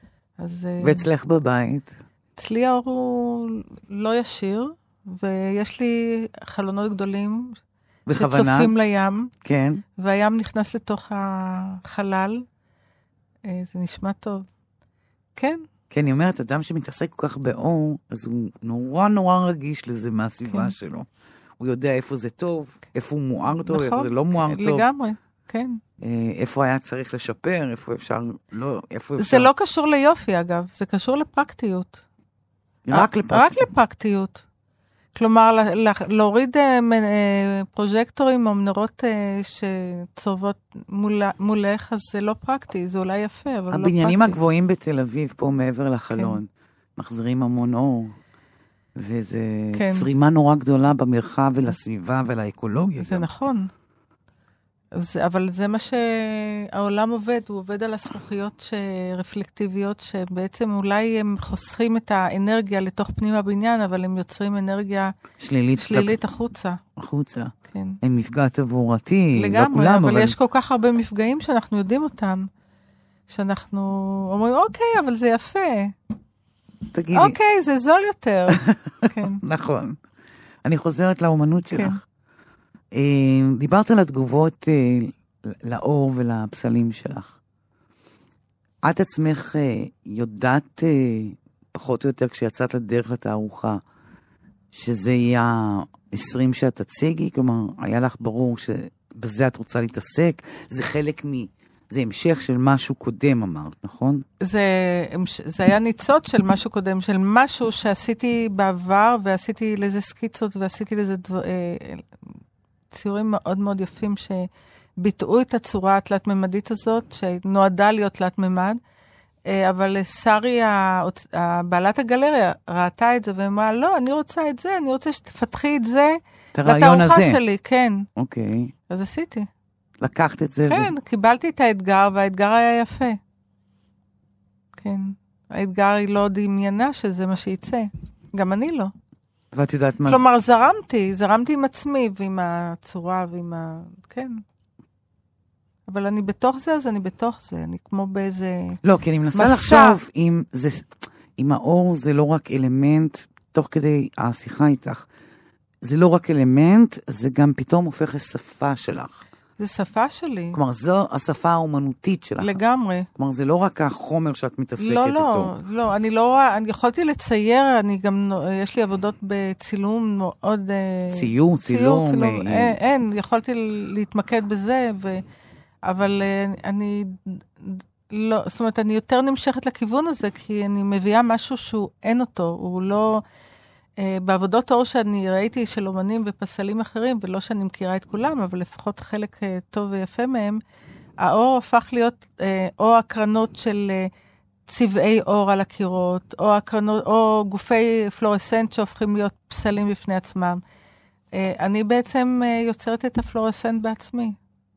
S3: ואצלך בבית?
S4: אצלי האור הוא לא ישיר, ויש לי חלונות גדולים, שצופים לים,
S3: כן.
S4: והים נכנס לתוך החלל. זה נשמע טוב. כן.
S3: כן, אני אומרת, אדם שמתעסק כל כך באור, אז הוא נורא נורא רגיש לזה מהסביבה שלו. הוא יודע איפה זה טוב, איפה הוא מואר טוב, איפה זה לא מואר טוב.
S4: לגמרי, כן.
S3: איפה היה צריך לשפר, איפה אפשר, לא, איפה אפשר.
S4: זה לא קשור ליופי, אגב, זה קשור לפרקטיות.
S3: רק
S4: לפרקטיות. כלומר, להוריד פרוז'קטורים או מנורות שצורבות מולך, אז זה לא פרקטי, זה אולי יפה, אבל לא פרקטי.
S3: הבניינים הגבוהים בתל אביב, פה מעבר לחלון, מחזירים המון אור, וזה צרימה נורא גדולה במרחב ולסביבה ולאקולוגיה.
S4: זה נכון. אבל זה מה שהעולם עובד, הוא עובד על הזכוכיות רפלקטיביות, שבעצם אולי הם חוסכים את האנרגיה לתוך פנים הבניין, אבל הם יוצרים אנרגיה שלילית החוצה.
S3: החוצה.
S4: כן.
S3: הם מפגע תברואתי,
S4: לגמרי,
S3: לא כולם,
S4: אבל יש כל כך הרבה מפגעים שאנחנו יודעים אותם, שאנחנו אומרים, אוקיי, אבל זה יפה.
S3: תגידי.
S4: אוקיי, זה זול יותר. כן.
S3: נכון. אני חוזרת לאומנות שלך. דיברת על התגובות לאור ולפסלים שלך. את עצמך יודעת פחות או יותר כשיצאת לדרך לתערוכה, שזה יהיה 20 שאת תציגי? כלומר, היה לך ברור שבזה את רוצה להתעסק? זה חלק זה המשך של משהו קודם, אמרת, נכון?
S4: זה היה ניצוץ של משהו קודם, של משהו שעשיתי בעבר, ועשיתי לזה סקיצות, ועשיתי לזה ציורים מאוד מאוד יפים, שביטאו את הצורה התלת-ממדית הזאת, שנועדה להיות תלת-ממד, אבל שרי, בעלת הגלריה, ראתה את זה, ואמרה, לא, אני רוצה את זה, אני רוצה שתפתחי את זה, לתערוכה שלי, כן.
S3: אוקיי.
S4: אז עשיתי.
S3: לקחת את זה?
S4: כן, קיבלתי את האתגר, והאתגר היה יפה. כן. האתגר היא לא דמיינה שזה מה שיצא. גם אני לא.
S3: ואת יודעת מה?
S4: כלומר, זרמתי עם עצמי, ועם הצורה, ועם כן. אבל אני בתוך זה, אז אני בתוך זה. אני כמו באיזה
S3: לא, כי אני מנסה לחשוב אם האור זה לא רק אלמנט, תוך כדי השיחה איתך, זה לא רק אלמנט, זה גם פתאום הופך לשפה שלך.
S4: זה שפה שלי.
S3: כלומר, זו השפה האומנותית שלך.
S4: לגמרי.
S3: כלומר, זה לא רק החומר שאת מתעסקת איתו.
S4: לא, אני לא, אני יכולתי לצייר, אני גם, יש לי עבודות בצילום מאוד... צילום. אין, יכולתי להתמקד בזה, אבל אני לא, זאת אומרת, אני יותר נמשכת לכיוון הזה, כי אני מביאה משהו שהוא אין אותו, הוא לא... בעבודות אור שאני ראיתי של אומנים ופסלים אחרים, ולא שאני מכירה את כולם, אבל לפחות חלק טוב ויפה מהם, האור הפך להיות או הקרנות של צבעי אור על הקירות, או גופי פלורסנט שהופכים להיות פסלים בפני עצמם. אני בעצם יוצרת את הפלורסנט בעצמי.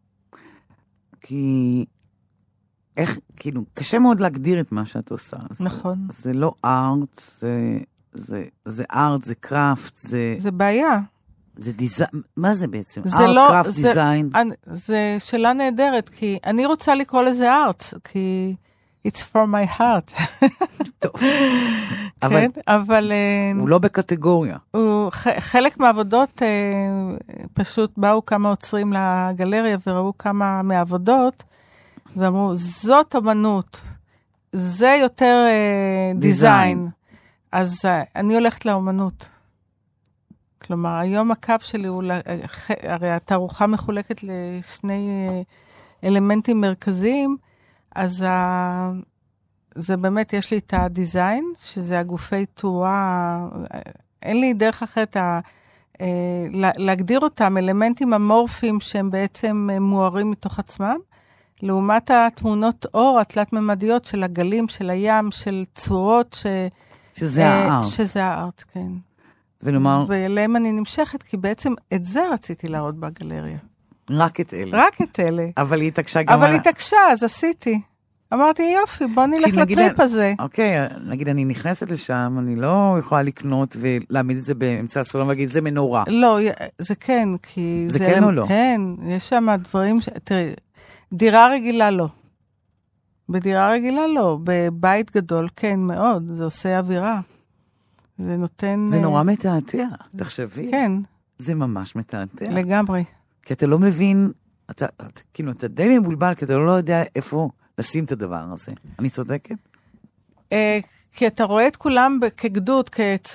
S3: כי כאילו, קשה מאוד להגדיר את מה שאת עושה.
S4: נכון.
S3: זה לא ארט, זה ארט, זה קראפט,
S4: זה בעיה.
S3: זה דיזיין, מה זה בעצם? ארט, קראפט, דיזיין?
S4: זה שאלה נהדרת, כי אני רוצה לקרוא לזה ארט, כי it's for my heart.
S3: טוב.
S4: אבל...
S3: הוא לא בקטגוריה.
S4: חלק מהעבודות, פשוט באו כמה עוצרים לגלריה, וראו כמה מהעבודות, ואמרו, זאת אמנות, זה יותר דיזיין. אז אני הולכת לאומנות. כלומר, היום הקו שלי הוא, הרי התערוכה מחולקת לשני אלמנטים מרכזיים, אז זה באמת, יש לי את הדיזיין, שזה הגופי תאורה, אין לי דרך אחרת להגדיר אותם, אלמנטים אמורפיים שהם בעצם מוארים מתוך עצמם, לעומת התמונות אור התלת-ממדיות של הגלים, של הים, של צורות
S3: שזה הארט.
S4: שזה הארט, כן.
S3: ולומר...
S4: ואליהם אני נמשכת, כי בעצם את זה רציתי להראות בגלריה.
S3: רק את אלה.
S4: רק את אלה.
S3: אבל היא התעקשה גם...
S4: אבל היא התעקשה, אז עשיתי. אמרתי, יופי, בוא נלך לטריפ הזה.
S3: אוקיי, נגיד, אני נכנסת לשם, אני לא יכולה לקנות ולהעמיד את זה באמצע הסלון ולהגיד, זה מנורה.
S4: לא, זה כן, כי...
S3: זה כן או לא?
S4: כן, יש שם דברים... תראי, דירה רגילה לא. בדירה רגילה לא, בבית גדול כן מאוד, זה עושה אווירה. זה נותן...
S3: זה נורא מתעתע, תחשבי.
S4: כן.
S3: זה ממש מתעתע.
S4: לגמרי.
S3: כי אתה לא מבין, כאילו, אתה די מבולבל, כי אתה לא יודע איפה לשים את הדבר הזה. אני צודקת?
S4: כי אתה רואה את כולם כגדוד,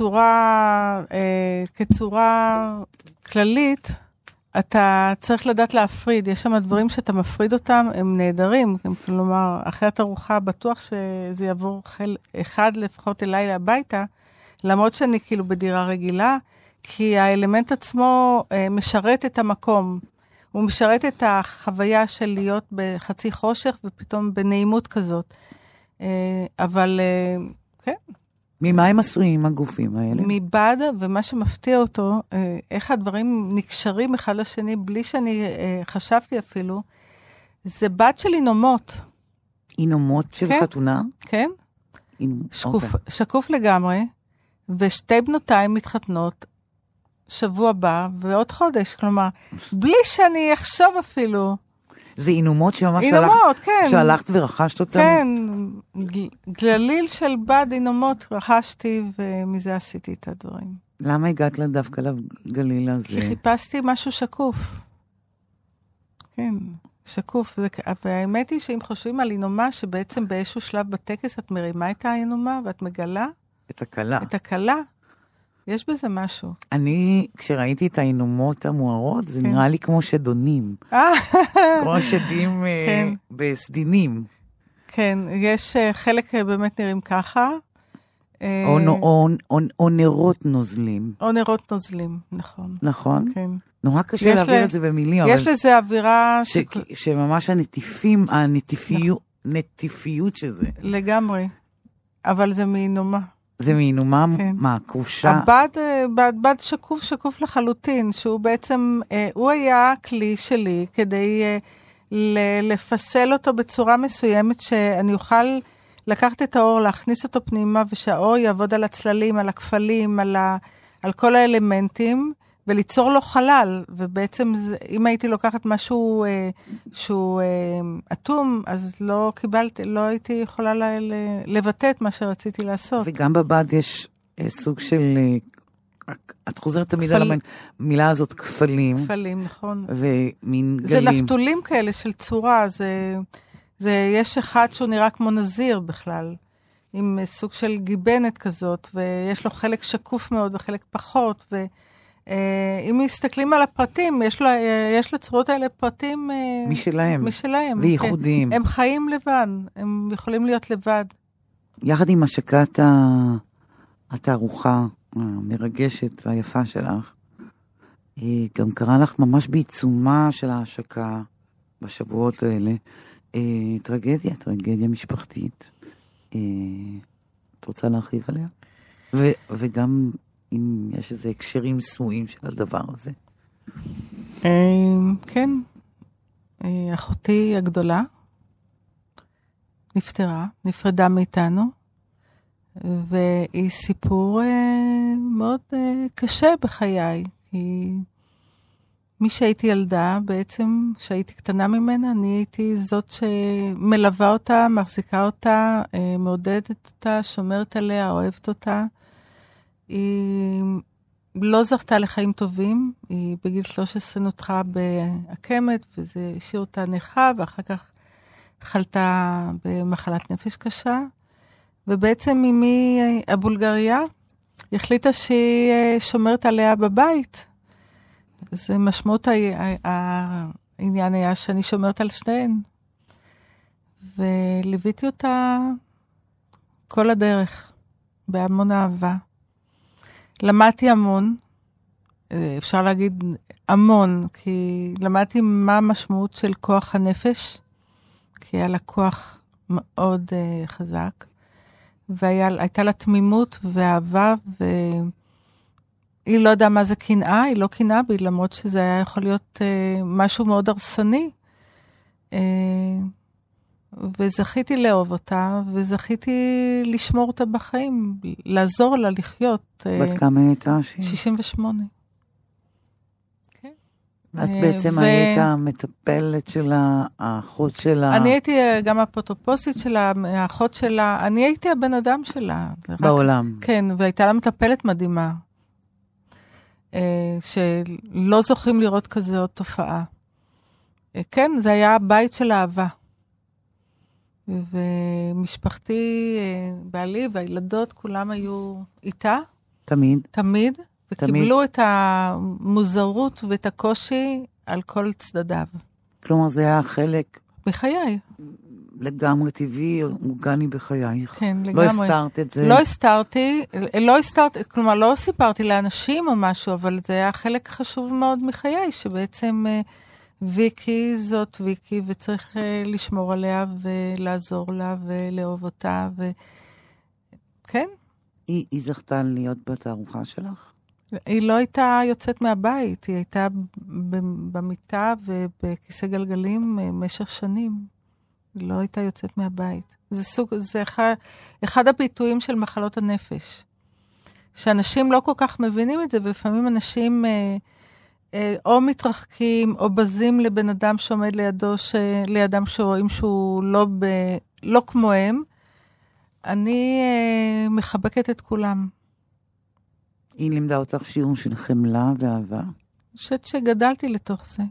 S4: כצורה כללית, אתה צריך לדעת להפריד. יש שם דברים שאתה מפריד אותם, הם נהדרים. כלומר, אחרי התערוכה בטוח שזה יעבור אחד לפחות אליי הביתה, למרות שאני כאילו בדירה רגילה, כי האלמנט עצמו משרת את המקום. הוא משרת את החוויה של להיות בחצי חושך, ופתאום בנעימות כזאת. אבל כן.
S3: ממה הם עשויים הגופים האלה?
S4: מבד, ומה שמפתיע אותו, איך הדברים נקשרים אחד לשני, בלי שאני חשבתי אפילו, זה בד של אינומות.
S3: אינומות של חתונה?
S4: כן. שקוף לגמרי, ושתי בנותיי מתחתנות שבוע הבא, ועוד חודש, כלומר, בלי שאני אחשוב אפילו.
S3: זה אינומות שממש
S4: כן.
S3: שהלכת ורכשת אותם?
S4: כן, גליל של בד אינומות רכשתי, ומזה עשיתי את הדברים.
S3: למה הגעת דווקא לגליל הזה?
S4: כי חיפשתי משהו שקוף. כן, שקוף. והאמת היא שאם חושבים על אינומה, שבעצם באיזשהו שלב בטקס את מרימה את האינומה, ואת מגלה
S3: את הקלה.
S4: את הקלה. יש בזה משהו.
S3: אני, כשראיתי את העינומות המוארות, זה נראה לי כמו שדונים. כמו שדים בסדינים.
S4: כן, יש חלק באמת נראים ככה.
S3: או נרות נוזלים.
S4: או נרות נוזלים, נכון.
S3: נכון?
S4: כן.
S3: נורא קשה להעביר את זה במילים.
S4: יש לזה אווירה...
S3: שממש הנטיפיות שזה.
S4: לגמרי. אבל זה מעינומה.
S3: זה מעינומה, מה, קרושה?
S4: הבד שקוף לחלוטין, שהוא בעצם, הוא היה כלי שלי כדי לפסל אותו בצורה מסוימת, שאני אוכל לקחת את האור, להכניס אותו פנימה, ושהאור יעבוד על הצללים, על הכפלים, על כל האלמנטים, וליצור לו חלל. ובעצם, אם הייתי לוקחת משהו שהוא אטום, אז לא הייתי יכולה לבטא את מה שרציתי לעשות.
S3: וגם בבד יש סוג של, את חוזרת תמיד על המילה הזאת, כפלים.
S4: כפלים, נכון.
S3: ומין גלים.
S4: זה נפתולים כאלה של צורה, יש אחד שהוא נראה כמו נזיר בכלל, עם סוג של גיבנת כזאת, ויש לו חלק שקוף מאוד וחלק פחות, אם מסתכלים על הפרטים, יש לצורות האלה פרטים
S3: משלהם.
S4: וייחודיים. הם חיים לבד, הם יכולים להיות לבד.
S3: יחד עם השקת התערוכה המרגשת והיפה שלך, גם קרה לך ממש בעיצומה של ההשקה בשבועות האלה, טרגדיה משפחתית. את רוצה להרחיב עליה? וגם אם יש איזה הקשרים סמויים של הדבר הזה.
S4: כן. אחותי הגדולה נפרדה מאיתנו, והיא סיפור מאוד קשה בחיי. מי שהייתי ילדה, בעצם, שהייתי קטנה ממנה, אני הייתי זאת שמלווה אותה, מחזיקה אותה, מעודדת אותה, שומרת עליה, אוהבת אותה. היא לא זכתה לחיים טובים, היא בגיל 13 נותחה בהקמת, וזה השאיר אותה נכה, ואחר כך חלתה במחלת נפש קשה. ובעצם אמי הבולגריה החליטה שהיא שומרת עליה בבית. זה משמעות העניין היה שאני שומרת על שניהן. וליוויתי אותה כל הדרך, בהמון אהבה. למדתי המון, אפשר להגיד המון, כי למדתי מה המשמעות של כוח הנפש, כי היה לה כוח מאוד חזק, והייתה לה תמימות ואהבה, והיא לא יודעה מה זה קנאה, היא לא קנאה בי, למרות שזה היה יכול להיות משהו מאוד הרסני, וזכיתי לאהוב אותה, וזכיתי לשמור אותה בחיים, לעזור לה לחיות.
S3: בת כמה הייתה?
S4: 68. כן.
S3: את בעצם היית המטפלת שלה, האחות שלה.
S4: אני הייתי גם האפוטרופוסית שלה, האחות שלה, אני הייתי הבן אדם שלה.
S3: בעולם.
S4: כן, והייתה לה מטפלת מדהימה, שלא זוכים לראות כזה עוד תופעה. כן, זה היה הבית של האהבה. ומשפחתי, בעלי והילדות, כולם היו איתה. תמיד. וקיבלו את המוזרות ואת הקושי על כל צדדיו.
S3: כלומר, זה היה חלק...
S4: בחיי.
S3: לגמרי טבעי, אורגני בחייך.
S4: כן, לגמרי.
S3: לא הסתרת את זה.
S4: לא הסתרתי, כלומר, לא סיפרתי לאנשים או משהו, אבל זה היה חלק חשוב מאוד מחיי, שבעצם... ויקי זאת ויקי, וצריך לשמור עליה ולעזור לה ולאהוב אותה, כן.
S3: היא זכתה להיות בתערוכה שלך?
S4: היא לא הייתה יוצאת מהבית, היא הייתה במיטה ובכיסא גלגלים במשך שנים. היא לא הייתה יוצאת מהבית. זה אחד הביטויים של מחלות הנפש. שאנשים לא כל כך מבינים את זה, ולפעמים אנשים... או מתרחקים, או בזים לבן אדם שעומד לידם שרואים שהוא לא כמוהם. אני מחבקת את כולם.
S3: היא לימדה אותך שיעור של חמלה ואהבה?
S4: אני חושבת שגדלתי לתוך זה.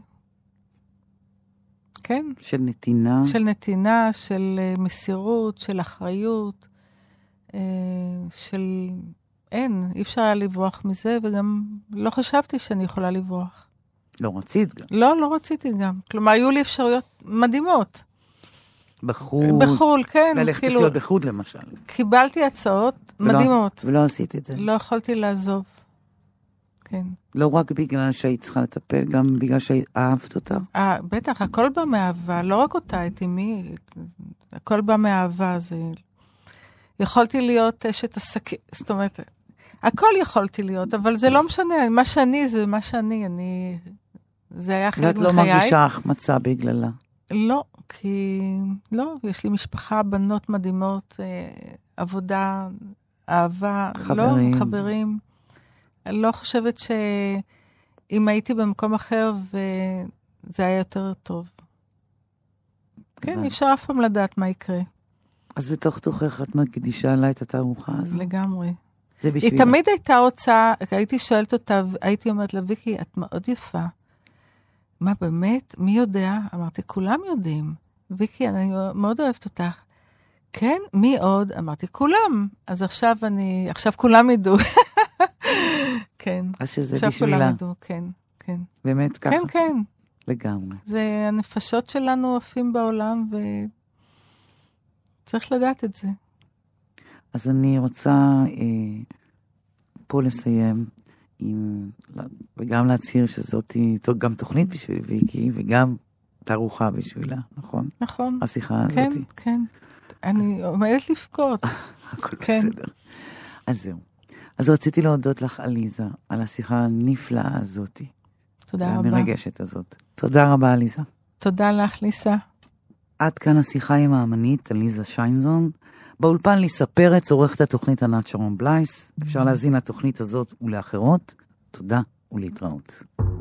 S4: כן.
S3: של נתינה?
S4: של נתינה, של מסירות, של אחריות, של אי אפשר היה לברוח מזה, וגם לא חשבתי שאני יכולה לברוח.
S3: לא רצית גם.
S4: לא רציתי גם. כלומר, היו לי אפשרויות מדהימות. בחול, כן.
S3: ללכת לחיות בחוד למשל.
S4: קיבלתי הצעות מדהימות.
S3: ולא עשית את זה.
S4: לא יכולתי לעזוב. כן.
S3: לא רק בגלל שהיית צריכה לטפל, גם בגלל שאהבת אותה?
S4: בטח, הכל בא מאהבה, לא רק אותה, את אמי, הכל בא מאהבה, זה... יכולתי להיות אשת עסקים, זאת אומרת, הכל יכולתי להיות, אבל זה לא משנה, מה שאני זה מה שאני, זה היה חלק מחיי.
S3: ואת לא מרגישה החמצה בגללה?
S4: לא, כי לא, יש לי משפחה, בנות מדהימות, עבודה, אהבה,
S3: חברים.
S4: לא, חברים. אני לא חושבת שאם הייתי במקום אחר וזה היה יותר טוב. כן, אי אפשר אף פעם לדעת מה יקרה.
S3: אז בתוך תוכך את מקדישה עליי את התערוכה הזו?
S4: לגמרי.
S3: זה בשבילה.
S4: היא תמיד הייתה רוצה, הייתי שואלת אותה, הייתי אומרת לה, ויקי, את מאוד יפה. מה באמת? מי יודע? אמרתי, כולם יודעים. ויקי, אני מאוד אוהבת אותך. כן, מי עוד? אמרתי, כולם. אז עכשיו כולם ידעו. כן.
S3: אז שזה
S4: עכשיו
S3: בשבילה.
S4: כולם ידעו, כן, כן.
S3: באמת ככה?
S4: כן, כן.
S3: לגמרי.
S4: זה הנפשות שלנו עפים בעולם, וצריך לדעת את זה.
S3: אז אני רוצה פה לסיים, וגם להצהיר שזאת גם תוכנית בשביל ויקי, וגם תערוכה בשבילה, נכון?
S4: נכון.
S3: השיחה הזאת.
S4: כן, כן. אני עומדת לפקוט.
S3: הכל
S4: כן.
S3: בסדר. אז זהו. אז רציתי להודות לך, עליזה, על השיחה הנפלאה הזאת.
S4: תודה רבה.
S3: המרגשת הזאת. תודה רבה, עליזה.
S4: תודה לך, ליסה.
S3: עד כאן השיחה עם האמנית, עליזה שיינזון. באולפן ליסה פרץ, עורכת התוכנית ענת שרון בלייס. אפשר להזין לתוכנית הזאת ולאחרות. תודה ולהתראות.